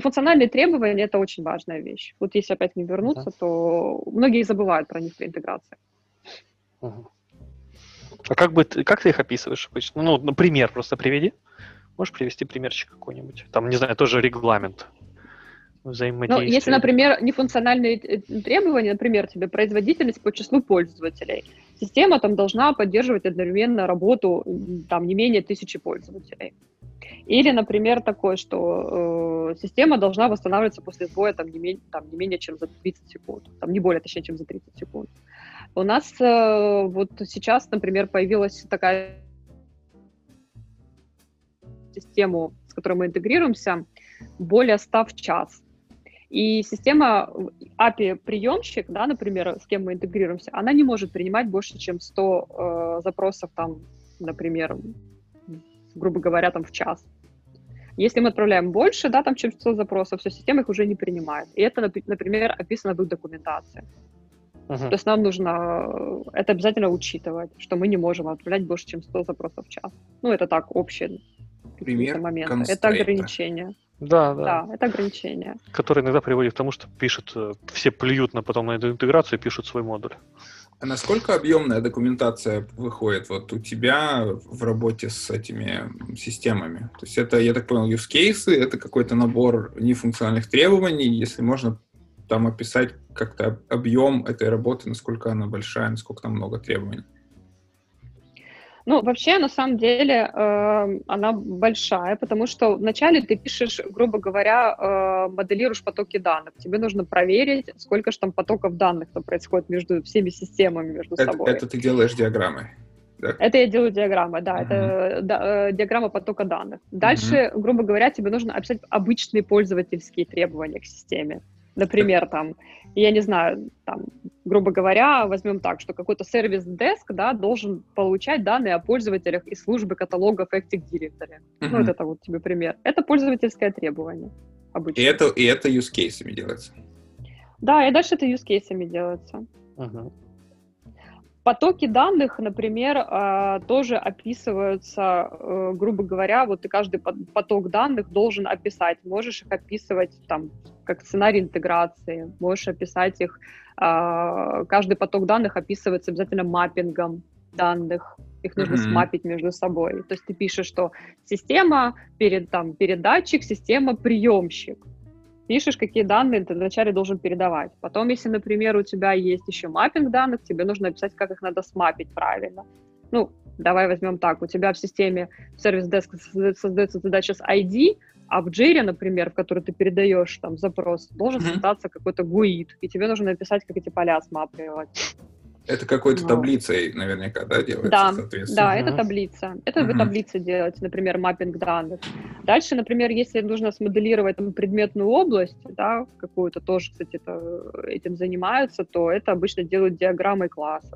нефункциональные требования — это очень важная вещь. Вот если опять не вернуться, то многие забывают про них при интеграции. А как ты их описываешь обычно? Ну, например, просто приведи. Можешь привести примерчик какой-нибудь? Там, не знаю, тоже регламент взаимодействия. Ну, если, например, нефункциональные требования, например, тебе производительность по числу пользователей, система там должна поддерживать одновременно работу там не менее 1000 пользователей. Или, например, такое, что система должна восстанавливаться после сбоя там, не менее чем за 30 секунд, там, не более, точнее, чем за 30 секунд. У нас вот сейчас, например, появилась такая система, с которой мы интегрируемся, более 100 в час. И система API-приемщик, да, например, с кем мы интегрируемся, она не может принимать больше, чем 100 запросов, там, например, грубо говоря, там, в час. Если мы отправляем больше, да, там, чем 100 запросов, все, система их уже не принимает. И это, например, описано в их документации. То есть нам нужно это обязательно учитывать, что мы не можем отправлять больше, чем 100 запросов в час. Ну, это так, общие моменты. Это ограничение. Да, это ограничение. Которое иногда приводит к тому, что пишут, все плюют потом на эту интеграцию и пишут свой модуль. А насколько объемная документация выходит вот у тебя в работе с этими системами? То есть это, я так понял, use cases, это какой-то набор нефункциональных требований, если можно там описать как-то объем этой работы, насколько она большая, насколько там много требований. Ну, вообще, на самом деле, она большая, потому что вначале ты пишешь, грубо говоря, моделируешь потоки данных. Тебе нужно проверить, сколько же там потоков данных там происходит между всеми системами, между собой. Это ты делаешь диаграммой? Да? Это я делаю диаграммой, да. Это диаграмма потока данных. Дальше, грубо говоря, тебе нужно описать обычные пользовательские требования к системе. Например, там, я не знаю, там, грубо говоря, возьмем так, что какой-то сервис-деск, да, должен получать данные о пользователях из службы каталогов Active Directory. Ну, вот это вот тебе пример. Это пользовательское требование обычно. И это use case'ами делается? Да, и дальше это use case'ами делается. Потоки данных, например, тоже описываются, грубо говоря, вот ты каждый поток данных должен описать. Можешь их описывать там как сценарий интеграции, можешь описать их, каждый поток данных описывается обязательно маппингом данных, их нужно смаппить между собой. То есть ты пишешь, что система, передатчик, система приемщик. Пишешь, какие данные ты вначале должен передавать. Потом, если, например, у тебя есть еще маппинг данных, тебе нужно описать, как их надо смаппить правильно. Ну, давай возьмем так. У тебя в системе в Service Desk создается задача с ID, а в Jira, например, в который ты передаешь там запрос, должен создаться какой-то GUID, и тебе нужно написать, как эти поля смапривать. Это какой-то таблицей наверняка, да, делается, соответственно? Да, это таблица. Это вы таблицы делаете, например, маппинг данных. Дальше, например, если нужно смоделировать там предметную область, да, какую-то тоже, кстати, этим занимаются, то это обычно делают диаграммой классов.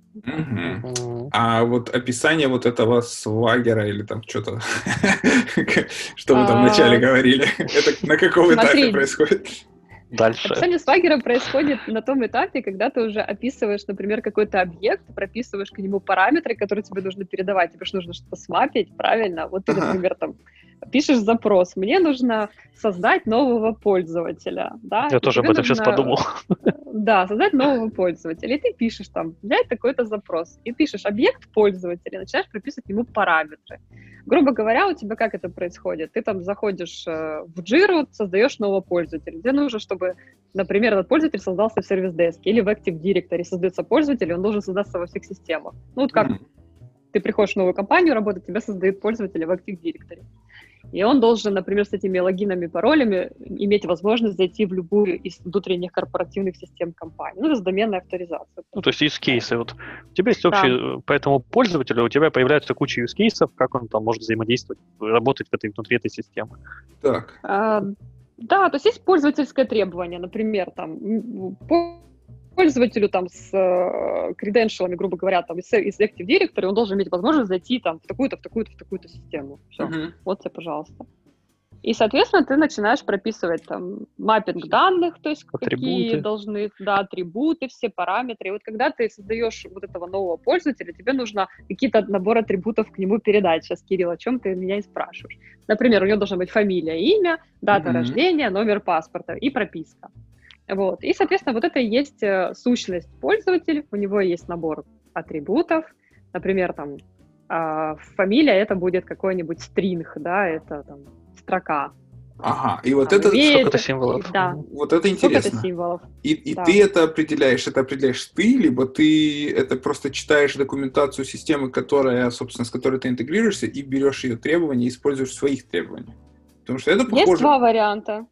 А вот описание вот этого свагера или там что-то, что вы там вначале говорили, это на каком этапе происходит? Дальше. Описание свагера происходит на том этапе, когда ты уже описываешь, например, какой-то объект, прописываешь к нему параметры, которые тебе нужно передавать. Тебе же нужно что-то смапить, правильно? Вот ты, например, там пишешь запрос. Мне нужно создать нового пользователя. Да? Я тоже об этом сейчас подумал. Да, создать нового пользователя. И ты пишешь там, взять такой-то запрос. И пишешь объект пользователя, начинаешь прописывать ему параметры. Грубо говоря, у тебя как это происходит? Ты там заходишь в Jira, создаешь нового пользователя. Тебе нужно, чтобы, например, этот пользователь создался в сервис-деске или в Active Directory. Создается пользователь, и он должен создаться во всех системах. Ну, вот как ты приходишь в новую компанию работать, тебя создают пользователя в Active Directory. И он должен, например, с этими логинами, паролями иметь возможность зайти в любую из внутренних корпоративных систем компании. Ну, это с доменной авторизацией. Ну, то есть use cases. Вот у тебя есть общий, по этому пользователю у тебя появляется куча use cases, как он там может взаимодействовать, работать внутри этой системы. Так. Да, то есть есть пользовательское требование, например, там пользователю там с креденшалами, грубо говоря, там из Active Directory, он должен иметь возможность зайти там в такую-то систему. Все. Вот тебе, пожалуйста. И, соответственно, ты начинаешь прописывать там маппинг данных, то есть какие Атрибуты. должны, да, атрибуты, все параметры. И вот когда ты создаешь вот этого нового пользователя, тебе нужно какие-то набор атрибутов к нему передать. Сейчас, Кирилл, о чем ты меня и спрашиваешь? Например, у него должна быть фамилия, имя, дата рождения, номер паспорта и прописка. Вот. И, соответственно, вот это и есть сущность пользователя, у него есть набор атрибутов, например, там фамилия это будет какой-нибудь стринг, да, это там строка. Ага, и вот это... Сколько-то символов. Да. Вот это интересно. Сколько-то символов. И да. ты это определяешь ты, либо ты это просто читаешь документацию системы, которая, собственно, с которой ты интегрируешься, и берешь ее требования и используешь в своих требованиях. Потому что это похоже... Есть два варианта.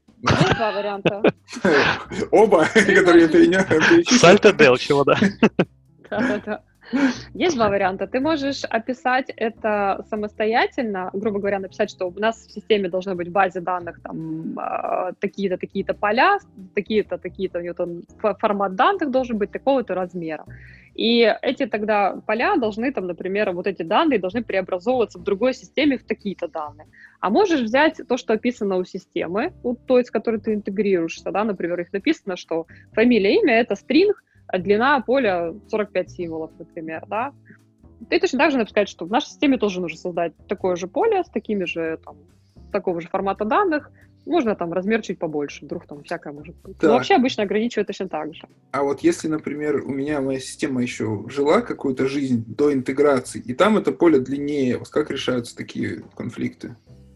Оба, которые я перечислил. Сальто-дел, чего, да? Да. Есть два варианта. Ты можешь описать это самостоятельно, грубо говоря, написать, что у нас в системе должны быть в базе данных там такие-то, такие-то поля, такие-то, такие-то, у него там формат данных должен быть такого-то размера. И эти тогда поля должны, там, например, вот эти данные должны преобразовываться в другой системе в такие-то данные. А можешь взять то, что описано у системы, вот той, с которой ты интегрируешься, да, например, их написано, что фамилия, имя — это стринг, а длина поля 45 символов, например, да. Ты точно так же написать, что в нашей системе тоже нужно создать такое же поле с такими же, там, такого же формата данных. Можно там размер чуть побольше, вдруг там всякое может быть. Да. Но вообще обычно ограничивают точно так же. А вот если, например, у меня моя система еще жила какую-то жизнь до интеграции, и там это поле длиннее, вот как решаются такие конфликты?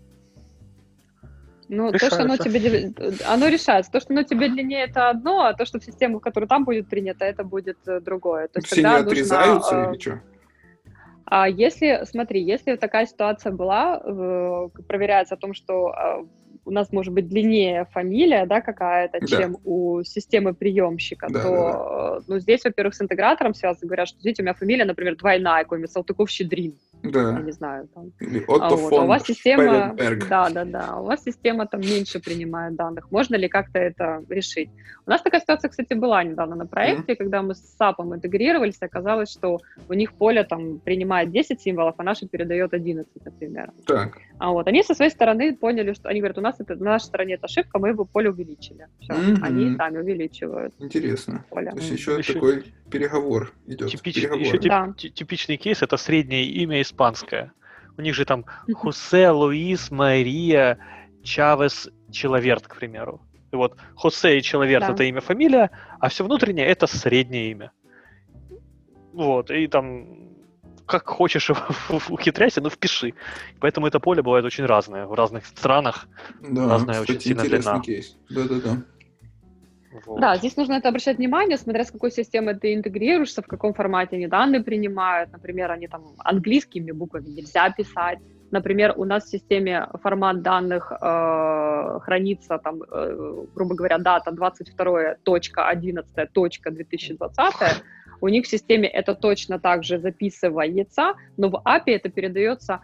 Ну, решается. То, что оно решается. То, что оно тебе длиннее, это одно, а то, что в систему, которая там будет принята, это будет другое. То есть все не отрезаются или что? А если такая ситуация была, проверяется о том, что у нас может быть длиннее фамилия, да, какая-то, чем у системы приемщика, ну, здесь, во-первых, с интегратором связано, говорят, что, видите, у меня фамилия, например, двойная, какой-нибудь Салтыков-Щедрин. Да. Я не знаю, там. Отто фон у вас система, Шпеленберг. Да, у вас система там меньше принимает данных. Можно ли как-то это решить? У нас такая ситуация, кстати, была недавно на проекте, когда мы с SAP интегрировались, оказалось, что у них поле там принимает 10 символов, а наше передает 11, например. Так. Они со своей стороны поняли, что они говорят, у нас это на нашей стороне это ошибка, мы его поле увеличили. Все, они сами увеличивают. Интересно. Поле. То есть еще такой переговор идет. Типичный кейс — это среднее имя испанское. У них же там Хосе, Луис, Мария, Чавес, Человерт, к примеру. И вот Хосе и Человерт — это имя, фамилия, а все внутреннее — это среднее имя. Вот, и там как хочешь ухитряйся, но впиши. Поэтому это поле бывает очень разное. В разных странах разная очень сильная длина. Кейс. Да. Вот. Да, здесь нужно это обращать внимание, смотря с какой системой ты интегрируешься, в каком формате они данные принимают. Например, они там английскими буквами нельзя писать. Например, у нас в системе формат данных хранится, там, грубо говоря, дата 22.11.2020. У них в системе это точно так же записывается, но в API это передается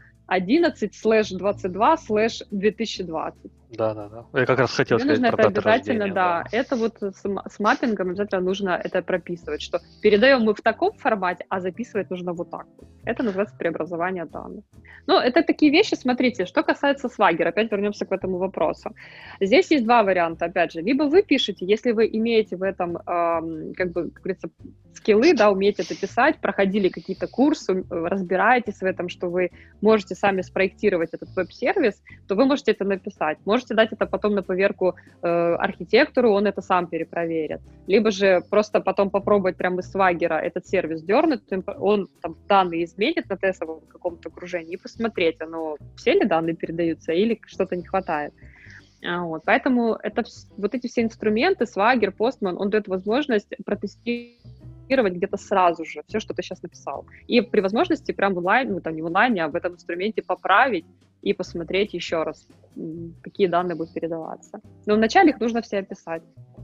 11/22/2020. Да. Я как раз хотел сказать нужно про это дату обязательно, рождения. да. Это вот с маппингом обязательно нужно это прописывать, что передаем мы в таком формате, а записывать нужно вот так вот. Это называется преобразование данных. Ну, это такие вещи, смотрите, что касается Swagger, опять вернемся к этому вопросу. Здесь есть два варианта, опять же. Либо вы пишете, если вы имеете в этом, как говорится, скиллы, да, умеете это писать, проходили какие-то курсы, разбираетесь в этом, что вы можете сами спроектировать этот веб-сервис, то вы можете это написать. Можете дать это потом на поверку архитектору, он это сам перепроверит. Либо же просто потом попробовать прямо из Swagger этот сервис дернуть, он там данные изменит на тестовом каком-то окружении и посмотреть, все ли данные передаются или что-то не хватает. Вот. Поэтому вот эти все инструменты, Swagger, Postman, он дает возможность протестировать где-то сразу же все, что ты сейчас написал. И при возможности прям в онлайне, не в онлайне, а в этом инструменте поправить и посмотреть еще раз, какие данные будут передаваться. Но вначале их нужно все описать,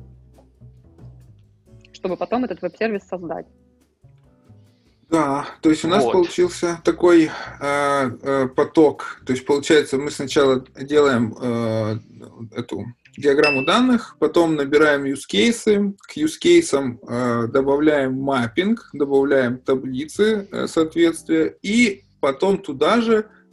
чтобы потом этот веб-сервис создать. Да, то есть у нас получился такой поток. То есть получается, мы сначала делаем эту диаграмму данных, потом набираем use cases, к use cases добавляем маппинг, добавляем таблицы соответствия, и потом туда же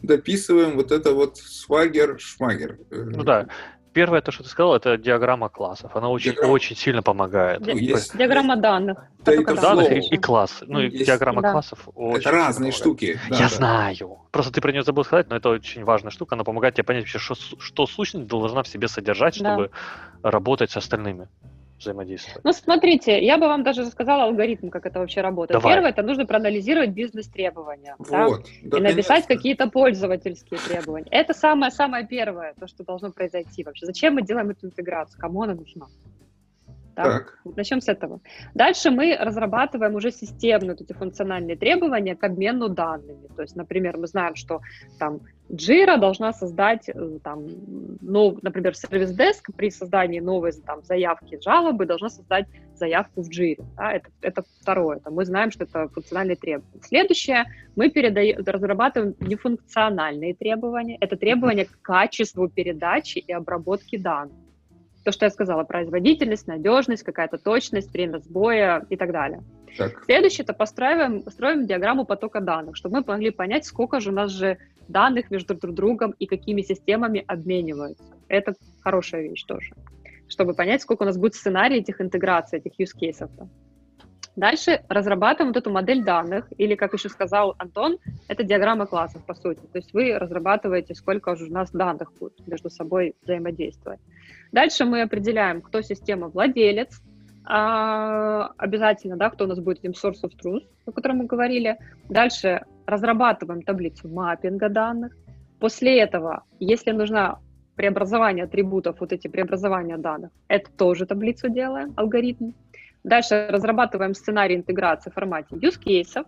дописываем вот это вот свагер-шмагер. Ну да. Первое, то, что ты сказал, это диаграмма классов. Она очень сильно помогает. Диаграмма данных. Данных и классы. Ну, и диаграмма классов очень это разные штуки. Я знаю. Просто ты про нее забыл сказать, но это очень важная штука. Она помогает тебе понять вообще, что сущность должна в себе содержать, чтобы работать с остальными. Взаимодействовать. Ну, смотрите, я бы вам даже рассказала алгоритм, как это вообще работает. Давай. Первое, это нужно проанализировать бизнес-требования. Вот, да? И написать какие-то пользовательские требования. Это самое первое, то, что должно произойти вообще. Зачем мы делаем эту интеграцию? Кому она нужна? Так. Начнем с этого. Дальше мы разрабатываем уже системные вот эти функциональные требования к обмену данными. То есть, например, мы знаем, что там Jira должна создать, там, например, Service Desk при создании новой там, заявки, жалобы должна создать заявку в Jira. Да? Это второе. Мы знаем, что это функциональные требования. Следующее, мы разрабатываем нефункциональные требования. Это требования к качеству передачи и обработки данных. То, что я сказала, производительность, надежность, какая-то точность, время сбоя и так далее. Так. Следующее, это построим диаграмму потока данных, чтобы мы могли понять, сколько же у нас же данных между друг другом и какими системами обмениваются. Это хорошая вещь тоже, чтобы понять, сколько у нас будет сценарий этих интеграций, этих use cases. Дальше разрабатываем вот эту модель данных, или, как еще сказал Антон, это диаграмма классов, по сути. То есть вы разрабатываете, сколько же у нас данных будет между собой взаимодействовать. Дальше мы определяем, кто система владелец, обязательно, да, кто у нас будет этим source of truth, о котором мы говорили. Дальше разрабатываем таблицу маппинга данных. После этого, если нужно преобразование атрибутов, вот эти преобразования данных, это тоже таблицу делаем, алгоритм. Дальше разрабатываем сценарий интеграции в формате use cases.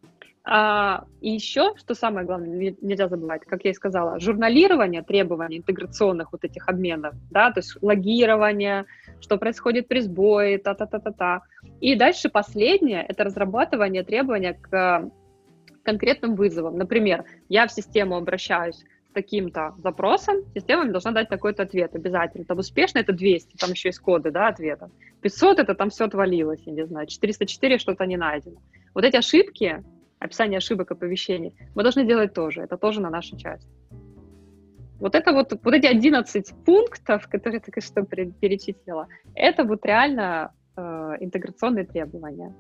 И еще, что самое главное, нельзя забывать, как я и сказала, журналирование требований интеграционных вот этих обменов, да, то есть логирование, что происходит при сбое, та-та-та-та-та. И дальше последнее, это разрабатывание требования к конкретным вызовам. Например, я в систему обращаюсь с таким-то запросом, система мне должна дать такой-то ответ обязательно. Там успешно это 200, там еще есть коды, да, ответа. 500 это там все отвалилось, я не знаю, 404 что-то не найдено. Вот эти ошибки, описание ошибок оповещений, мы должны делать тоже. Это тоже на нашу часть. Вот это вот эти 11 пунктов, которые ты что перечислила, это вот реально интеграционные требования.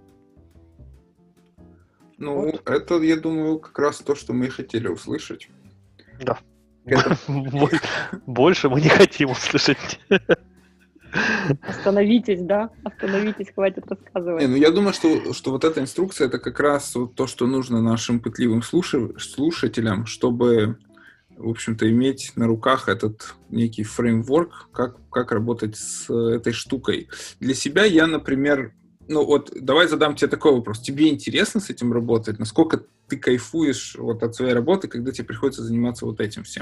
Ну, вот. Это, я думаю, как раз то, что мы и хотели услышать. Да. Больше мы не хотим услышать. Остановитесь, да? Остановитесь, хватит рассказывать. Ну, я думаю, что вот эта инструкция, это как раз вот то, что нужно нашим пытливым слушателям, чтобы, в общем-то, иметь на руках этот некий фреймворк, как работать с этой штукой. Для себя я, например, ну вот, давай задам тебе такой вопрос. Тебе интересно с этим работать? Насколько ты кайфуешь вот от своей работы, когда тебе приходится заниматься вот этим всем?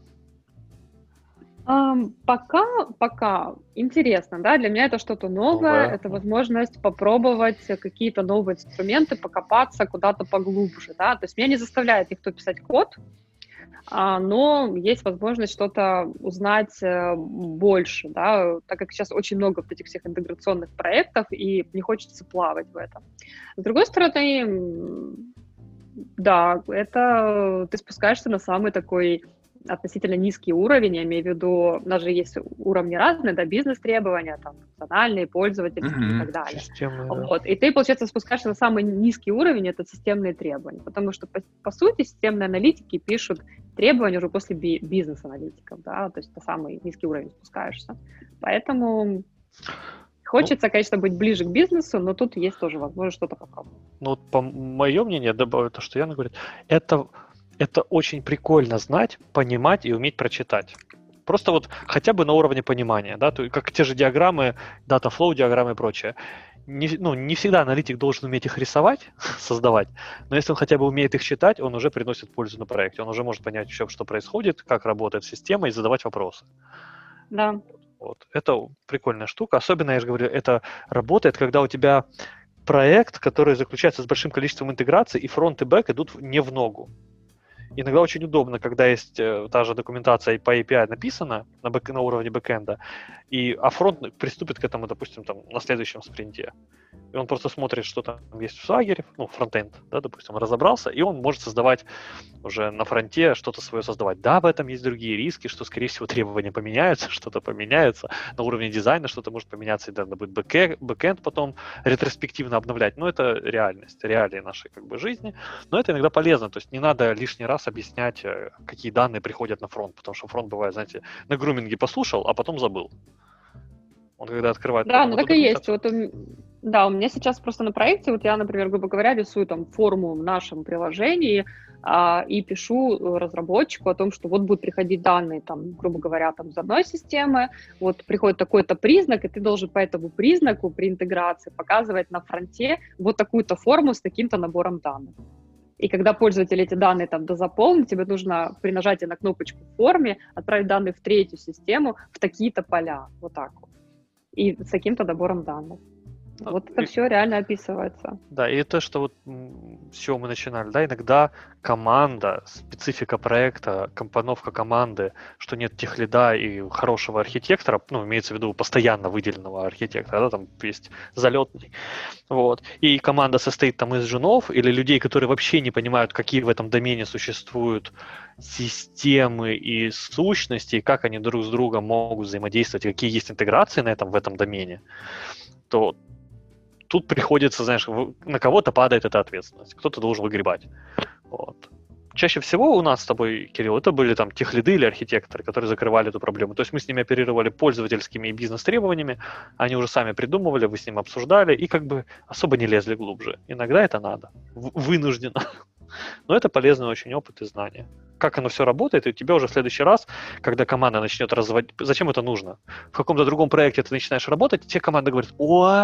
Пока интересно, да, для меня это что-то новое, это возможность попробовать какие-то новые инструменты, покопаться куда-то поглубже, да, то есть меня не заставляет никто писать код, но есть возможность что-то узнать больше, да, так как сейчас очень много этих всех интеграционных проектов, и не хочется плавать в этом. С другой стороны, да, это ты спускаешься на самый такой относительно низкий уровень, я имею в виду, у нас же есть уровни разные, да, бизнес-требования, там, национальные, пользовательские и так далее. Системные, вот. И ты, получается, спускаешься на самый низкий уровень, это системные требования, потому что, по сути, системные аналитики пишут требования уже после бизнес-аналитиков, да, то есть на самый низкий уровень спускаешься. Поэтому хочется, конечно, быть ближе к бизнесу, но тут есть тоже возможность что-то попробовать. Ну, вот по моему мнению, добавлю то, что Яна говорит, это очень прикольно знать, понимать и уметь прочитать. Просто вот хотя бы на уровне понимания, да, то, как те же диаграммы, data flow диаграммы и прочее. Не всегда аналитик должен уметь их рисовать, создавать, но если он хотя бы умеет их читать, он уже приносит пользу на проекте. Он уже может понять все, что происходит, как работает система и задавать вопросы. Да. Вот. Это прикольная штука. Особенно, я же говорю, это работает, когда у тебя проект, который заключается с большим количеством интеграций, и фронт и бэк идут не в ногу. Иногда очень удобно, когда есть та же документация по API написана на уровне бэкэнда, а фронт приступит к этому, допустим, там, на следующем спринте. и он просто смотрит, что там есть в Swagger, ну, фронтенд, да, допустим, разобрался, и он может создавать уже на фронте что-то свое создавать. Да, в этом есть другие риски, что, скорее всего, требования поменяются, что-то поменяется, на уровне дизайна что-то может поменяться, и надо будет бэкэнд потом ретроспективно обновлять. Но это реальность, реалии нашей как бы жизни. Но это иногда полезно, то есть не надо лишний раз объяснять, какие данные приходят на фронт, потому что фронт бывает, знаете, на груминге послушал, а потом забыл. Он когда открывает... Да, ну так и есть. Вот, да, у меня сейчас просто на проекте, вот я, например, грубо говоря, рисую там форму в нашем приложении и пишу разработчику о том, что вот будут приходить данные, там, грубо говоря, там, из одной системы, вот приходит такой-то признак, и ты должен по этому признаку при интеграции показывать на фронте вот такую-то форму с таким-то набором данных. И когда пользователь эти данные там дозаполнит, тебе нужно при нажатии на кнопочку в форме отправить данные в третью систему в такие-то поля, вот так вот. И с каким-то набором данных. Вот это все реально описывается. Да, и то, что вот с чего мы начинали, да, иногда команда, специфика проекта, компоновка команды, что нет техлида и хорошего архитектора, ну, имеется в виду постоянно выделенного архитектора, да, там есть залетный, вот, и команда состоит там из джунов или людей, которые вообще не понимают, какие в этом домене существуют системы и сущности, и как они друг с другом могут взаимодействовать, и какие есть интеграции в этом домене, то тут приходится, знаешь, на кого-то падает эта ответственность, кто-то должен выгребать. Вот. Чаще всего у нас с тобой, Кирилл, это были там техлиды или архитекторы, которые закрывали эту проблему. То есть мы с ними оперировали пользовательскими и бизнес-требованиями, они уже сами придумывали, вы с ним обсуждали и как бы особо не лезли глубже. Иногда это надо, вынужденно. Но это полезный очень опыт и знания. Как оно все работает, и у тебя уже в следующий раз, когда команда начнет разводить... Зачем это нужно? В каком-то другом проекте ты начинаешь работать, и тебе команда говорит: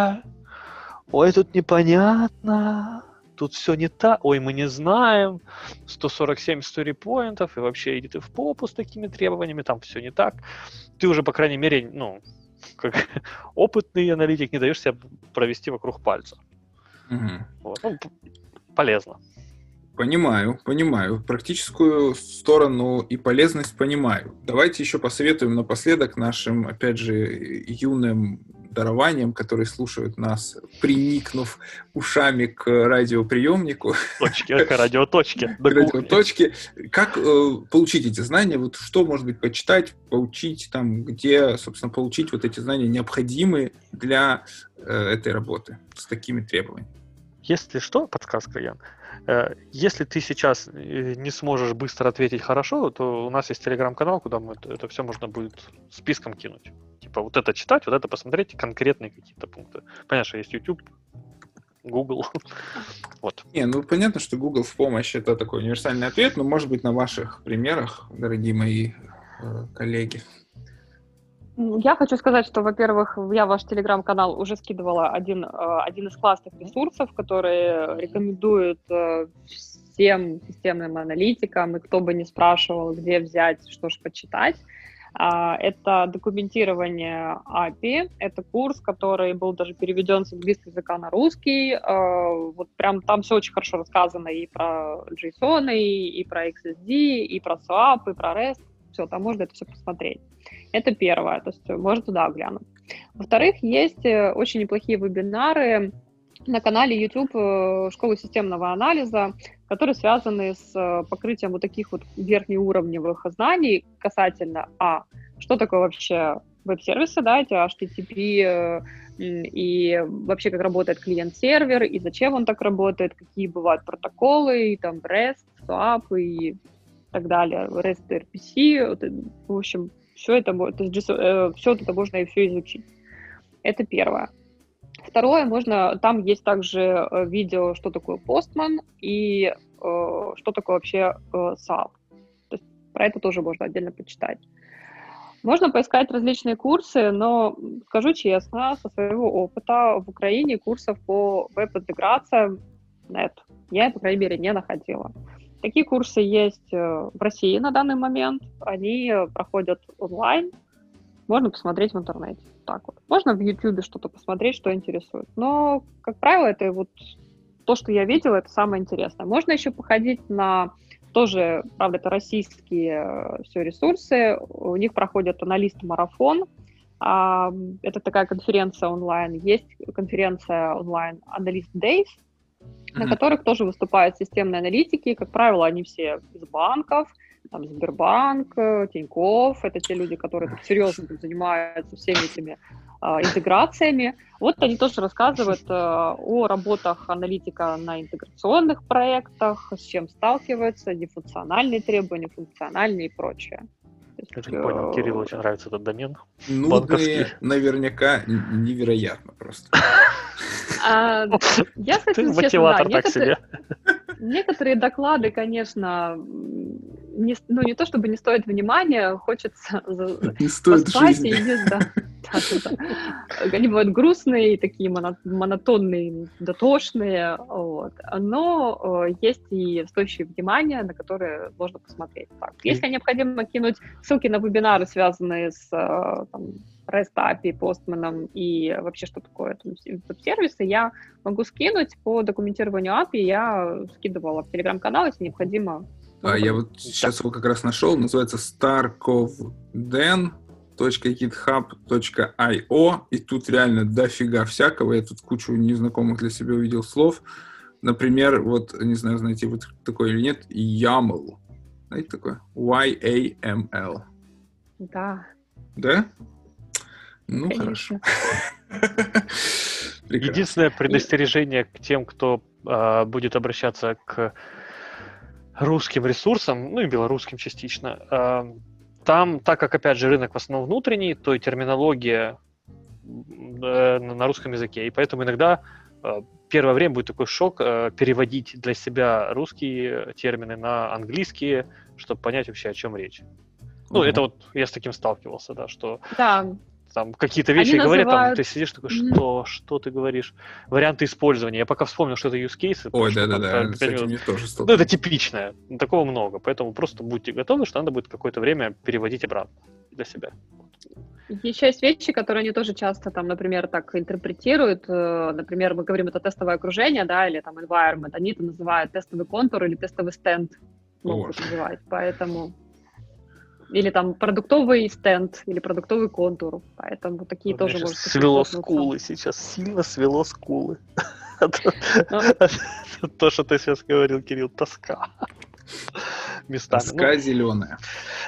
ой, тут непонятно, тут все не так, ой, мы не знаем, 147 story-поинтов, и вообще иди ты в попу с такими требованиями, там все не так. Ты уже, по крайней мере, ну, как опытный аналитик, не даешь себя провести вокруг пальца. Вот. Ну, полезно. Понимаю. Практическую сторону и полезность понимаю. Давайте еще посоветуем напоследок нашим, опять же, юным дарованиям, которые слушают нас, приникнув ушами к радиоприемнику. К радиоточке. Как получить эти знания? Вот что, может быть, почитать, поучить, там, где, собственно, получить вот эти знания, необходимые для этой работы с такими требованиями? Если что, подсказка, Ян, если ты сейчас не сможешь быстро ответить хорошо, то у нас есть телеграм-канал, куда мы это все можно будет списком кинуть. Типа вот это читать, вот это посмотреть, конкретные какие-то пункты. Понятно, что есть YouTube, Google. Вот. Ну понятно, что Google в помощь — это такой универсальный ответ, но, может быть, на ваших примерах, дорогие мои коллеги. Я хочу сказать, что, во-первых, я в ваш телеграм-канал уже скидывала один из классных ресурсов, который рекомендует всем системным аналитикам, и кто бы ни спрашивал, где взять, что же почитать. Это документирование API, это курс, который был даже переведен с английского языка на русский. Вот прям там все очень хорошо рассказано и про JSON, и про XSD, и про SWAP, и про REST. Все, там можно это все посмотреть. Это первое, то есть можно туда глянуть. Во-вторых, есть очень неплохие вебинары на канале YouTube Школы системного анализа, которые связаны с покрытием вот таких вот верхнеуровневых знаний касательно что такое вообще веб-сервисы, да, эти HTTP, и вообще как работает клиент-сервер, и зачем он так работает, какие бывают протоколы, и там REST, SWAP и так далее, REST RPC, в общем, все это можно и все изучить. Это первое. Второе, там есть также видео, что такое Postman и что такое вообще SAP. То есть про это тоже можно отдельно почитать. Можно поискать различные курсы, но скажу честно, со своего опыта в Украине курсов по веб-интеграциям нет. Я, по крайней мере, не находила. Такие курсы есть в России на данный момент. Они проходят онлайн. Можно посмотреть в интернете. Так вот. Можно в YouTube что-то посмотреть, что интересует. Но, как правило, это вот то, что я видела, это самое интересное. Можно еще походить на тоже, правда, это российские все ресурсы. У них проходит аналист-марафон. Это такая конференция онлайн. Есть конференция онлайн Analyst Days, на которых тоже выступают системные аналитики. Как правило, они все из банков, там Сбербанк, Тинькофф. Это те люди, которые так серьезно занимаются всеми этими интеграциями. Вот они тоже рассказывают о работах аналитика на интеграционных проектах, с чем сталкиваются, нефункциональные требования, функциональные и прочее. Я так понял, Кириллу очень нравится этот домен. Нудные, наверняка, невероятно просто. Я, кстати, Ты мотиватор так себе. Некоторые доклады, конечно, не то чтобы не стоит внимания, хочется поспать и они бывают грустные, такие монотонные, дотошные, вот. Но есть и стоящие внимания, на которые можно посмотреть. Так, если необходимо кинуть ссылки на вебинары, связанные с REST API, Postman и вообще, что такое веб-сервисы, я могу скинуть по документированию API, я скидывала в Telegram-канал, если необходимо. Я вот сейчас его как раз нашел, называется starkovden.github.io, и тут реально дофига всякого, я тут кучу незнакомых для себя увидел слов. Например, вот, не знаю, знаете, вот такое или нет, YAML. Знаете такое? Y-A-M-L. Да. Да? Ну, конечно. Хорошо. Единственное предостережение к тем, кто будет обращаться к русским ресурсам, ну и белорусским частично, там, так как, опять же, рынок в основном внутренний, то и терминология на русском языке, и поэтому иногда первое время будет такой шок переводить для себя русские термины на английские, чтобы понять вообще, о чем речь. Ну, это вот я с таким сталкивался, да, что... Да. Там какие-то вещи говорят, там ты сидишь такой, что ты говоришь? Варианты использования. Я пока вспомнил, что это use cases. Ой, да-да-да, с этим я тоже сталкивался. Ну, это типичное, такого много, поэтому просто будьте готовы, что надо будет какое-то время переводить обратно для себя. Еще есть вещи, которые они тоже часто, там, например, так интерпретируют. Например, мы говорим, это тестовое окружение, да, или там environment. Они это называют тестовый контур или тестовый стенд. Могут называть, поэтому... Или там продуктовый стенд, или продуктовый контур. Поэтому такие вот тоже может свело скулы сейчас, сильно свело скулы. То, что ты сейчас говорил, Кирилл, тоска. Местами. Тоска зеленая.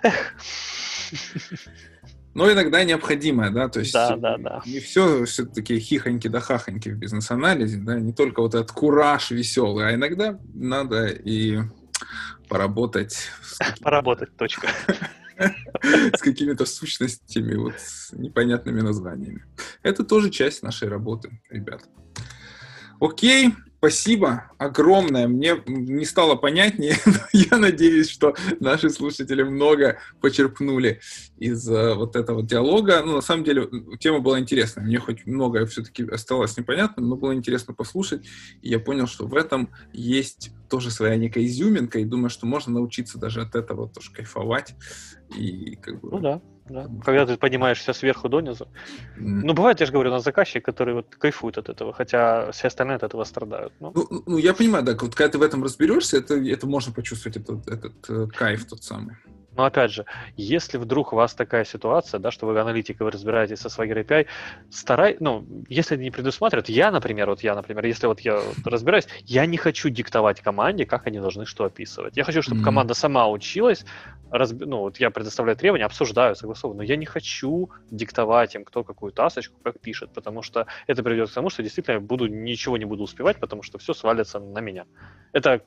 Но иногда необходимая, да, то есть не все-таки хихоньки да хахоньки в бизнес-анализе, да, не только вот этот кураж веселый, а иногда надо и поработать. Поработать, точка. С какими-то сущностями, вот с непонятными названиями. Это тоже часть нашей работы, ребят. Окей, спасибо огромное. Мне не стало понятнее, но я надеюсь, что наши слушатели много почерпнули из вот этого диалога. Ну, на самом деле, тема была интересная. Мне хоть многое все-таки осталось непонятным, но было интересно послушать. И я понял, что в этом есть тоже своя некая изюминка, и думаю, что можно научиться даже от этого тоже кайфовать. И как бы... Ну да. Когда ты поднимаешь все сверху донизу. Ну, бывает, я же говорю, у нас заказчики, которые вот кайфуют от этого, хотя все остальные от этого страдают. Ну, я понимаю, да, вот когда ты в этом разберешься, это можно почувствовать, этот кайф тот самый. Но опять же, если вдруг у вас такая ситуация, да, что вы аналитикой, вы разбираетесь со Swagger API, если не предусматривают, я, например, если вот я разбираюсь, я не хочу диктовать команде, как они должны что описывать. Я хочу, чтобы команда сама училась, вот я предоставляю требования, обсуждаю, согласовываю, но я не хочу диктовать им, кто какую тасочку, как пишет, потому что это приведет к тому, что действительно я ничего не буду успевать, потому что все свалится на меня. Это,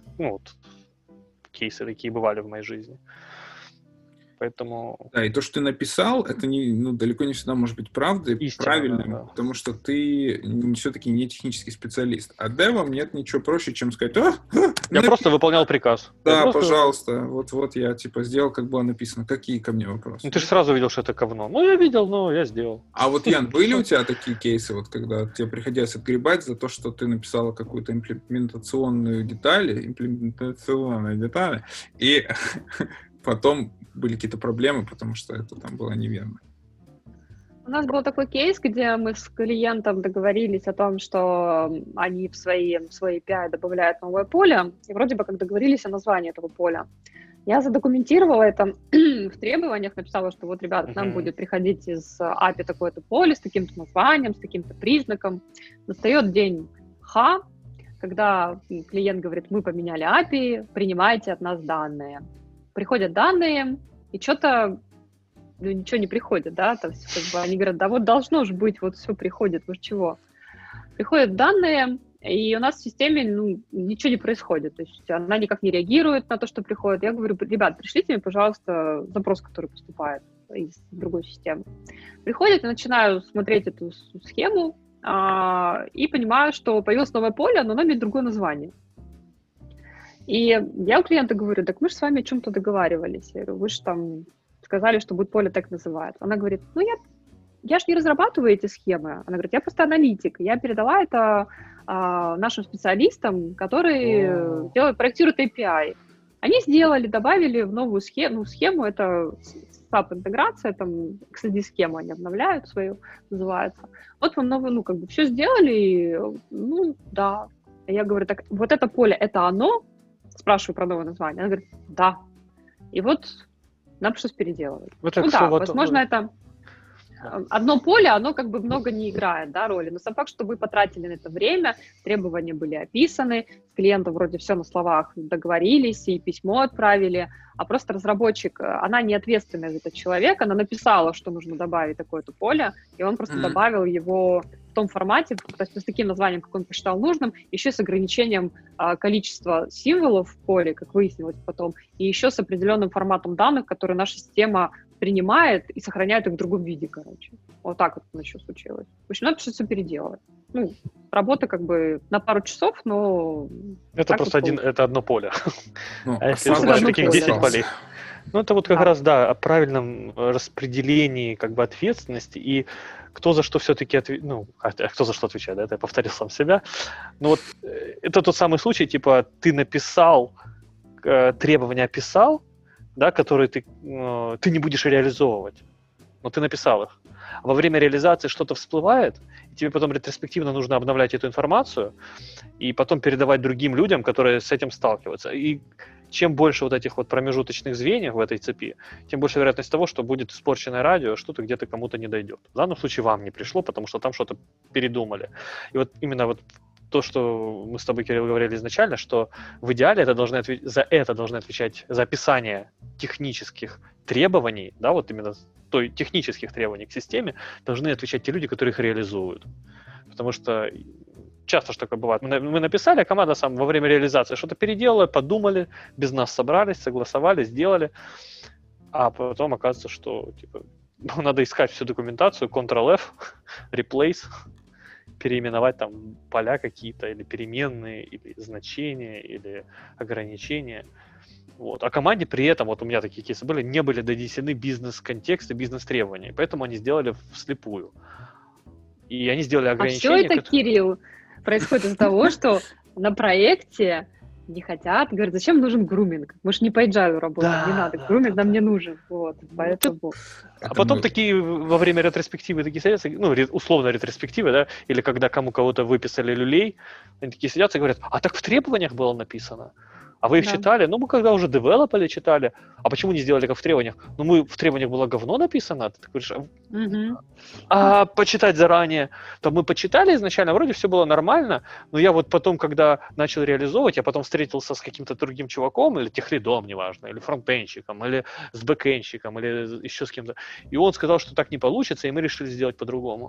кейсы такие бывали в моей жизни. Поэтому... Да, и то, что ты написал, это далеко не всегда может быть правдой, правильным, да. Потому что ты все-таки не технический специалист. А девам нет ничего проще, чем сказать: я просто выполнял приказ. Да, пожалуйста, вот я сделал, как было написано. Какие ко мне вопросы? Ты же сразу видел, что это говно. Я видел, но я сделал. А вот, Ян, были у тебя такие кейсы, вот когда тебе приходилось отгребать за то, что ты написала какую-то имплементационную деталь, и потом были какие-то проблемы, потому что это там было неверно? У нас был такой кейс, где мы с клиентом договорились о том, что они в свой API добавляют новое поле, и вроде бы как договорились о названии этого поля. Я задокументировала это, в требованиях написала, что вот, ребята, к нам будет приходить из API такое-то поле с таким-то названием, с таким-то признаком. Настает день Х, когда клиент говорит, мы поменяли API, принимайте от нас данные. Приходят данные, и что-то ничего не приходит, да, то есть, как бы они говорят, да вот должно же быть, вот все приходит, вы чего? Приходят данные, и у нас в системе, ничего не происходит, то есть она никак не реагирует на то, что приходит. Я говорю, ребят, пришлите мне, пожалуйста, запрос, который поступает из другой системы. Приходит, я начинаю смотреть эту схему, и понимаю, что появилось новое поле, но оно имеет другое название. И я у клиента говорю, так мы же с вами о чем-то договаривались. Я говорю, вы же там сказали, что будет поле так называется. Она говорит, я же не разрабатываю эти схемы. Она говорит, я просто аналитик. Я передала это нашим специалистам, которые проектируют API. Они сделали, добавили в новую схему, это SAP-интеграция, там XSD-схему они обновляют свою, называется. Вот вам новую, все сделали, да. Я говорю, так, вот это поле, это оно? Спрашиваю про новое название. Она говорит, да. И вот нам пришлось переделывать. Возможно, это одно поле, оно как бы много не играет, да, роли. Но сам факт, что вы потратили на это время, требования были описаны, с клиентом вроде все на словах договорились и письмо отправили, а просто разработчик, она не ответственная за этот человек, она написала, что нужно добавить такое-то поле, и он просто добавил его в том формате, то есть с таким названием, как он посчитал нужным, еще с ограничением количества символов в поле, как выяснилось потом, и еще с определенным форматом данных, который наша система принимает и сохраняет их в другом виде, короче. Вот так вот у нас еще случилось. В общем, надо все переделывать. Работа как бы на пару часов, но... Это просто это одно поле. А если это таких 10 полей? Это вот как раз, да, о правильном распределении как бы ответственности и кто за что все-таки кто за что отвечает, да, это я повторил сам себя. Это тот самый случай, типа, ты написал, требования описал, да, которые ты не будешь реализовывать, но ты написал их. Во время реализации что-то всплывает, и тебе потом ретроспективно нужно обновлять эту информацию и потом передавать другим людям, которые с этим сталкиваются. И чем больше вот этих вот промежуточных звеньев в этой цепи, тем больше вероятность того, что будет испорченное радио, что-то где-то кому-то не дойдет. В данном случае вам не пришло, потому что там что-то передумали. И вот именно вот то, что мы с тобой, Кирилл, говорили изначально, что в идеале за это должны отвечать, за описание технических требований, да, вот именно технических требований к системе, должны отвечать те люди, которые их реализуют. Потому что часто что такое бывает. Мы написали, а команда сам во время реализации что-то переделала, подумали, без нас собрались, согласовали, сделали, а потом оказывается, что типа, надо искать всю документацию, Ctrl-F, Replace, переименовать там поля какие-то, или переменные, или значения, или ограничения. Вот. А команде при этом, вот у меня такие кейсы были, не были донесены бизнес-контексты, бизнес-требования, поэтому они сделали вслепую. И они сделали ограничения. А все это, Кирилл, происходит из-за того, что на проекте не хотят, говорят, зачем нужен груминг? Мы же не по agile работаем, не надо, груминг нам не нужен. Вот, поэтому... А потом такие во время ретроспективы такие садятся, условно ретроспективы, да, или когда кого-то выписали люлей, они такие сидятся и говорят, а так в требованиях было написано. А вы их читали? Мы когда уже девелопали, читали. А почему не сделали как в требованиях? В требованиях было говно написано. Ты говоришь, а почитать заранее? То мы почитали изначально, вроде все было нормально, но я вот потом, когда начал реализовывать, я потом встретился с каким-то другим чуваком, или техлидом, неважно, или фронтенщиком, или с бэкенщиком, или еще с кем-то. И он сказал, что так не получится, и мы решили сделать по-другому.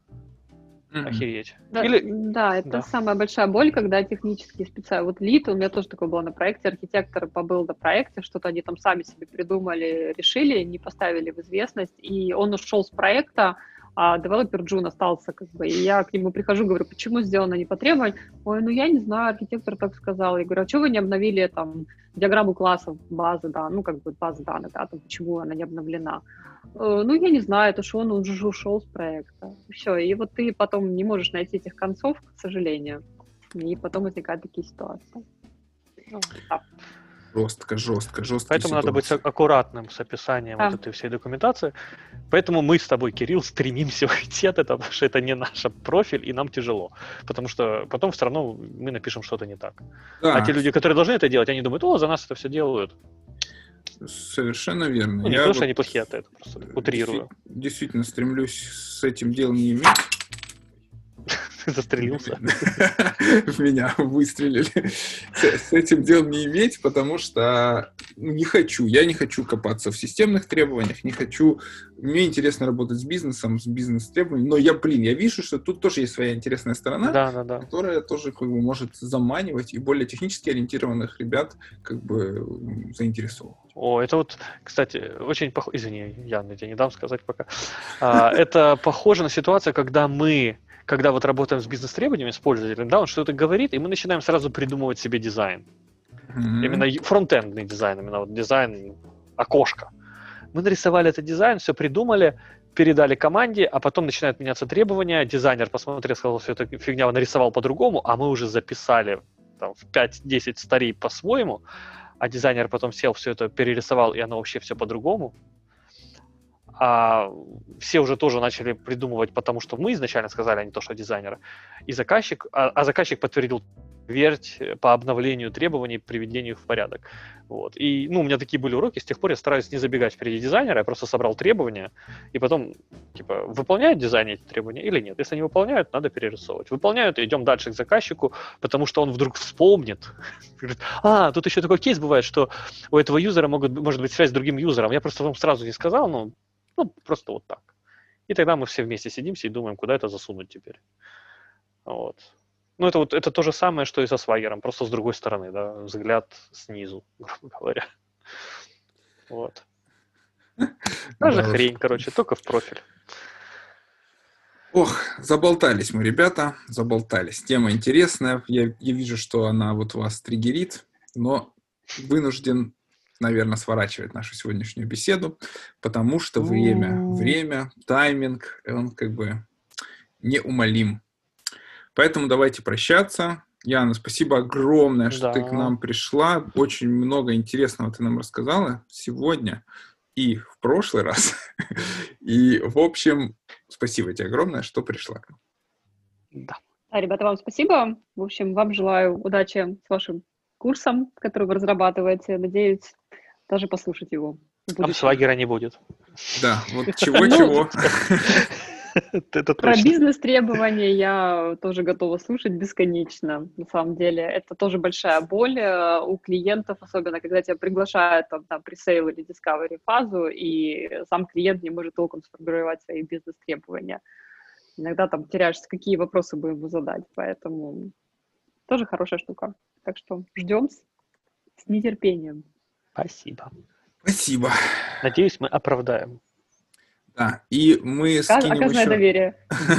Охереть. Да, это самая большая боль, когда технические специалисты, вот лид, у меня тоже такое было на проекте, архитектор побыл на проекте, что-то они там сами себе придумали, решили, не поставили в известность, и он ушел с проекта, а девелопер Джун остался, как бы, и я к нему прихожу, говорю, почему сделано не по требованию? Ой, я не знаю, архитектор так сказал. Я говорю, а что вы не обновили там диаграмму классов базы, да, базы данных, да, там, почему она не обновлена? Я не знаю, это что он уже ушел с проекта. Все, и вот ты потом не можешь найти этих концов, к сожалению, и потом возникают такие ситуации. Жестко. Поэтому надо быть аккуратным с описанием вот этой всей документации. Поэтому мы с тобой, Кирилл, стремимся уйти от этого, потому что это не наш профиль, и нам тяжело. Потому что потом все равно мы напишем что-то не так. Да. А те люди, которые должны это делать, они думают, за нас это все делают. Совершенно верно. Ну, не Я потому, что вот они плохие, а это просто утрирую. действительно стремлюсь с этим делом не иметь. Застрелился. В меня выстрелили. С этим делом не иметь, потому что я не хочу копаться в системных требованиях, не хочу. Мне интересно работать с бизнесом, с бизнес-требованиями, но я вижу, что тут тоже есть своя интересная сторона, Да. которая тоже как бы может заманивать и более технически ориентированных ребят как бы заинтересовывать. О, это вот, кстати, очень похоже... Извини, Ян, я тебе не дам сказать пока. Это похоже на ситуацию, когда вот работаем с бизнес-требованиями, с пользователем, да, он что-то говорит, и мы начинаем сразу придумывать себе дизайн. Именно фронтендный дизайн, именно вот дизайн окошка. Мы нарисовали этот дизайн, все придумали, передали команде, а потом начинают меняться требования, дизайнер посмотрел, сказал, что это фигня, нарисовал по-другому, а мы уже записали там, в 5-10 старей по-своему, а дизайнер потом сел, все это перерисовал, и оно вообще все по-другому. А все уже тоже начали придумывать, потому что мы изначально сказали, а не то, что дизайнеры. И заказчик, заказчик подтвердил верть по обновлению требований, приведению в порядок. Вот. И, у меня такие были уроки, с тех пор я стараюсь не забегать впереди дизайнера, я просто собрал требования, и потом, выполняют дизайнер эти требования или нет. Если не выполняют, надо перерисовывать. Выполняют, идем дальше к заказчику, потому что он вдруг вспомнит. Говорит, тут еще такой кейс бывает, что у этого юзера может быть связь с другим юзером. Я просто вам сразу не сказал, просто вот так. И тогда мы все вместе сидимся и думаем, куда это засунуть теперь. Вот. Это то же самое, что и со Swagger, просто с другой стороны, да, взгляд снизу, грубо говоря. Вот. Та же хрень, только в профиль. Ох, заболтались мы, ребята, заболтались. Тема интересная, я вижу, что она вот вас триггерит, но вынужден, наверное, сворачивать нашу сегодняшнюю беседу, потому что время, тайминг, он как бы неумолим. Поэтому давайте прощаться. Яна, спасибо огромное, что ты к нам пришла. Очень много интересного ты нам рассказала сегодня и в прошлый раз. И, в общем, спасибо тебе огромное, что пришла. Да, ребята, вам спасибо. В общем, вам желаю удачи с вашим курсом, который вы разрабатываете. Надеюсь, даже послушать его. Там Swagger не будет. Да, вот чего-чего. Про бизнес-требования я тоже готова слушать бесконечно, на самом деле. Это тоже большая боль у клиентов, особенно когда тебя приглашают на пресейл или discovery фазу, и сам клиент не может толком сформировать свои бизнес-требования. Иногда там теряешься, какие вопросы бы ему задать, поэтому тоже хорошая штука. Так что ждем с нетерпением. Спасибо. Спасибо. Надеюсь, мы оправдаем. Да, и мы скинем еще... доверие.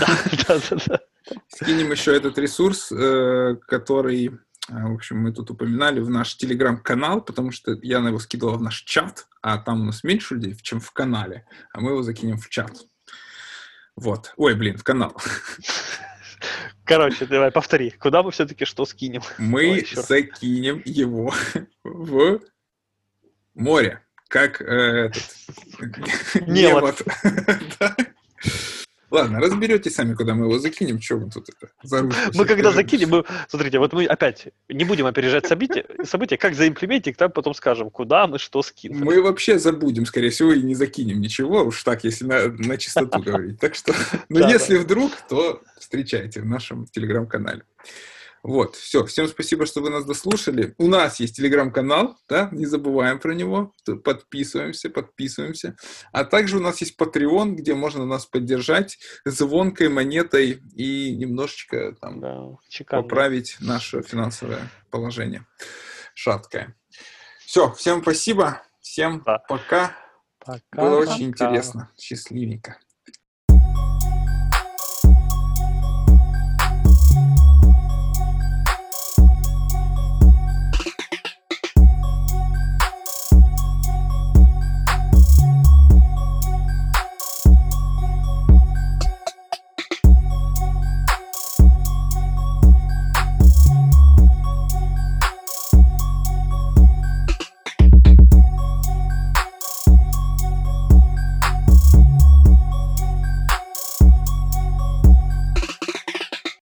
Скинем еще этот ресурс, который, в общем, мы тут упоминали, в наш телеграм-канал, потому что Яна его скидывала в наш чат, а там у нас меньше людей, чем в канале, а мы его закинем в чат. Вот. Ой, в канал. Короче, давай повтори. Куда мы все-таки что скинем? Мы закинем его в море. Как невод. Ладно, разберетесь сами, куда мы его закинем. Что вы тут это за ручку? Мы когда закинем, смотрите, вот мы опять не будем опережать события, как заимплементить, там потом скажем, куда мы что скинем. Мы вообще забудем, скорее всего, и не закинем ничего, уж так, если на чистоту говорить. Так что, если вдруг, то встречайте в нашем телеграм-канале. Вот, все. Всем спасибо, что вы нас дослушали. У нас есть телеграм-канал, да, не забываем про него. Подписываемся. А также у нас есть Patreon, где можно нас поддержать звонкой монетой и немножечко там поправить наше финансовое положение шаткое. Все, всем спасибо. Всем пока. Было очень интересно. Счастливенько.